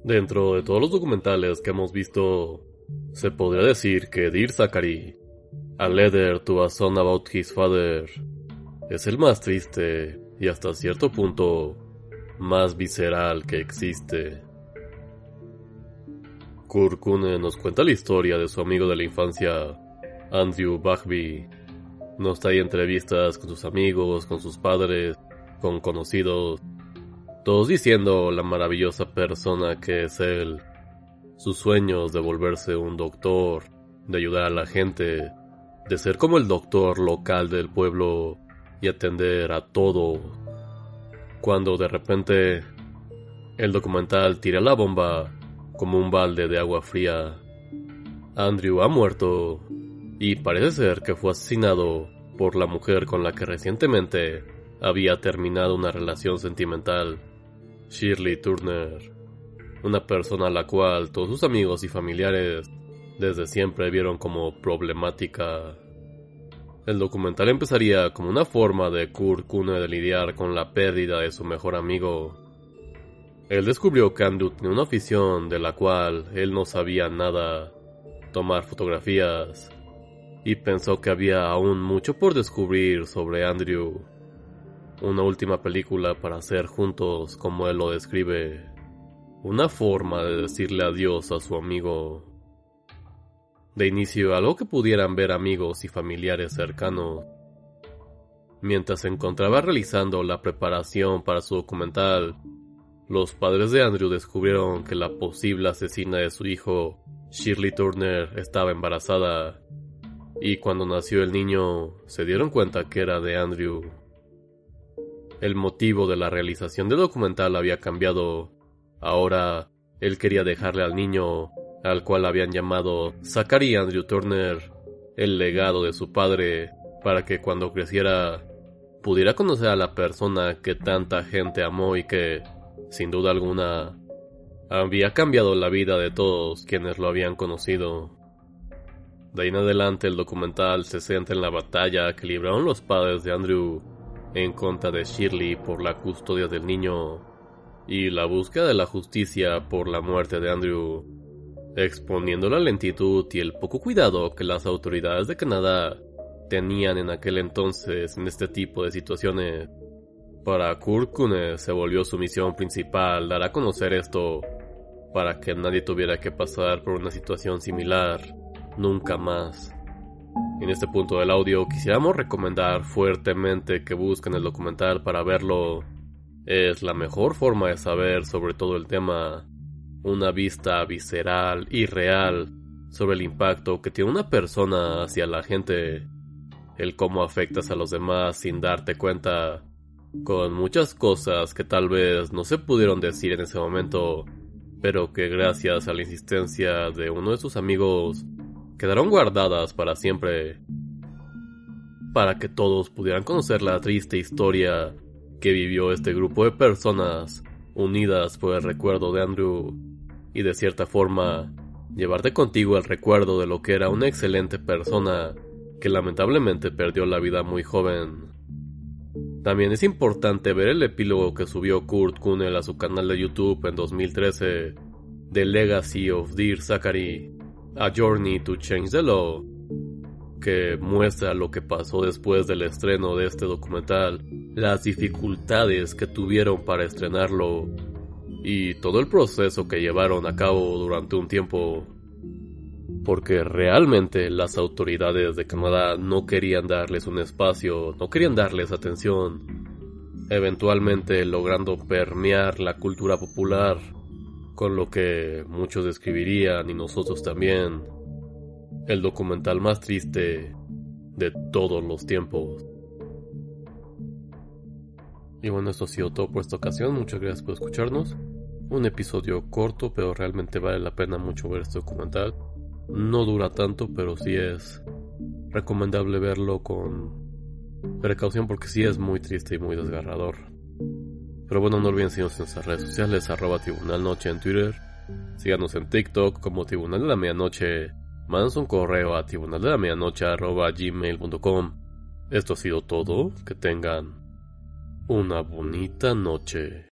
Dentro de todos los documentales que hemos visto, se podría decir que Dear Zachary, A Letter to a Son About His Father, es el más triste y hasta cierto punto más visceral que existe. Kurt Kuhne nos cuenta la historia de su amigo de la infancia, Andrew Bagby. Nos trae entrevistas con sus amigos, con sus padres, con conocidos, todos diciendo la maravillosa persona que es él, sus sueños de volverse un doctor, de ayudar a la gente, de ser como el doctor local del pueblo y atender a todo. Cuando de repente el documental tira la bomba como un balde de agua fría. Andrew ha muerto y parece ser que fue asesinado por la mujer con la que recientemente había terminado una relación sentimental, Shirley Turner, una persona a la cual todos sus amigos y familiares desde siempre vieron como problemática. El documental empezaría como una forma de Kurt Kuhne de lidiar con la pérdida de su mejor amigo. Él descubrió que Andrew tenía una afición de la cual él no sabía nada, tomar fotografías, y pensó que había aún mucho por descubrir sobre Andrew. Una última película para hacer juntos, como él lo describe, una forma de decirle adiós a su amigo. De inicio, algo que pudieran ver amigos y familiares cercanos. Mientras se encontraba realizando la preparación para su documental, los padres de Andrew descubrieron que la posible asesina de su hijo, Shirley Turner, estaba embarazada, y cuando nació el niño, se dieron cuenta que era de Andrew. El motivo de la realización del documental había cambiado. Ahora, él quería dejarle al niño, al cual habían llamado Zachary Andrew Turner, el legado de su padre, para que cuando creciera pudiera conocer a la persona que tanta gente amó y que, sin duda alguna, había cambiado la vida de todos quienes lo habían conocido. De ahí en adelante el documental se centra en la batalla que libraron los padres de Andrew en contra de Shirley por la custodia del niño y la búsqueda de la justicia por la muerte de Andrew, exponiendo la lentitud y el poco cuidado que las autoridades de Canadá tenían en aquel entonces en este tipo de situaciones. Para Kurt Kuhne se volvió su misión principal dar a conocer esto, para que nadie tuviera que pasar por una situación similar, nunca más. En este punto del audio quisiéramos recomendar fuertemente que busquen el documental para verlo. Es la mejor forma de saber sobre todo el tema, una vista visceral y real sobre el impacto que tiene una persona hacia la gente, el cómo afectas a los demás sin darte cuenta, con muchas cosas que tal vez no se pudieron decir en ese momento, pero que gracias a la insistencia de uno de sus amigos quedaron guardadas para siempre, para que todos pudieran conocer la triste historia que vivió este grupo de personas unidas por el recuerdo de Andrew, y de cierta forma llevarte contigo el recuerdo de lo que era una excelente persona que lamentablemente perdió la vida muy joven. También es importante ver el epílogo que subió Kurt Kuhne a su canal de YouTube en 2013, The Legacy of Dear Zachary, A Journey to Change the Law, que muestra lo que pasó después del estreno de este documental, las dificultades que tuvieron para estrenarlo y todo el proceso que llevaron a cabo durante un tiempo, porque realmente las autoridades de Canadá no querían darles un espacio, no querían darles atención, eventualmente logrando permear la cultura popular con lo que muchos describirían, y nosotros también, el documental más triste de todos los tiempos. Y bueno, esto ha sido todo por esta ocasión. Muchas gracias por escucharnos. Un episodio corto, pero realmente vale la pena mucho ver este documental. No dura tanto, pero sí es recomendable verlo con precaución, porque sí es muy triste y muy desgarrador. Pero bueno, no olviden seguirnos en nuestras redes sociales, @tribunalnoche en Twitter. Síganos en TikTok como Tribunal de la Medianoche. Mándanos un correo a tribunaldelamedianoche@gmail.com. Esto ha sido todo. Que tengan una bonita noche.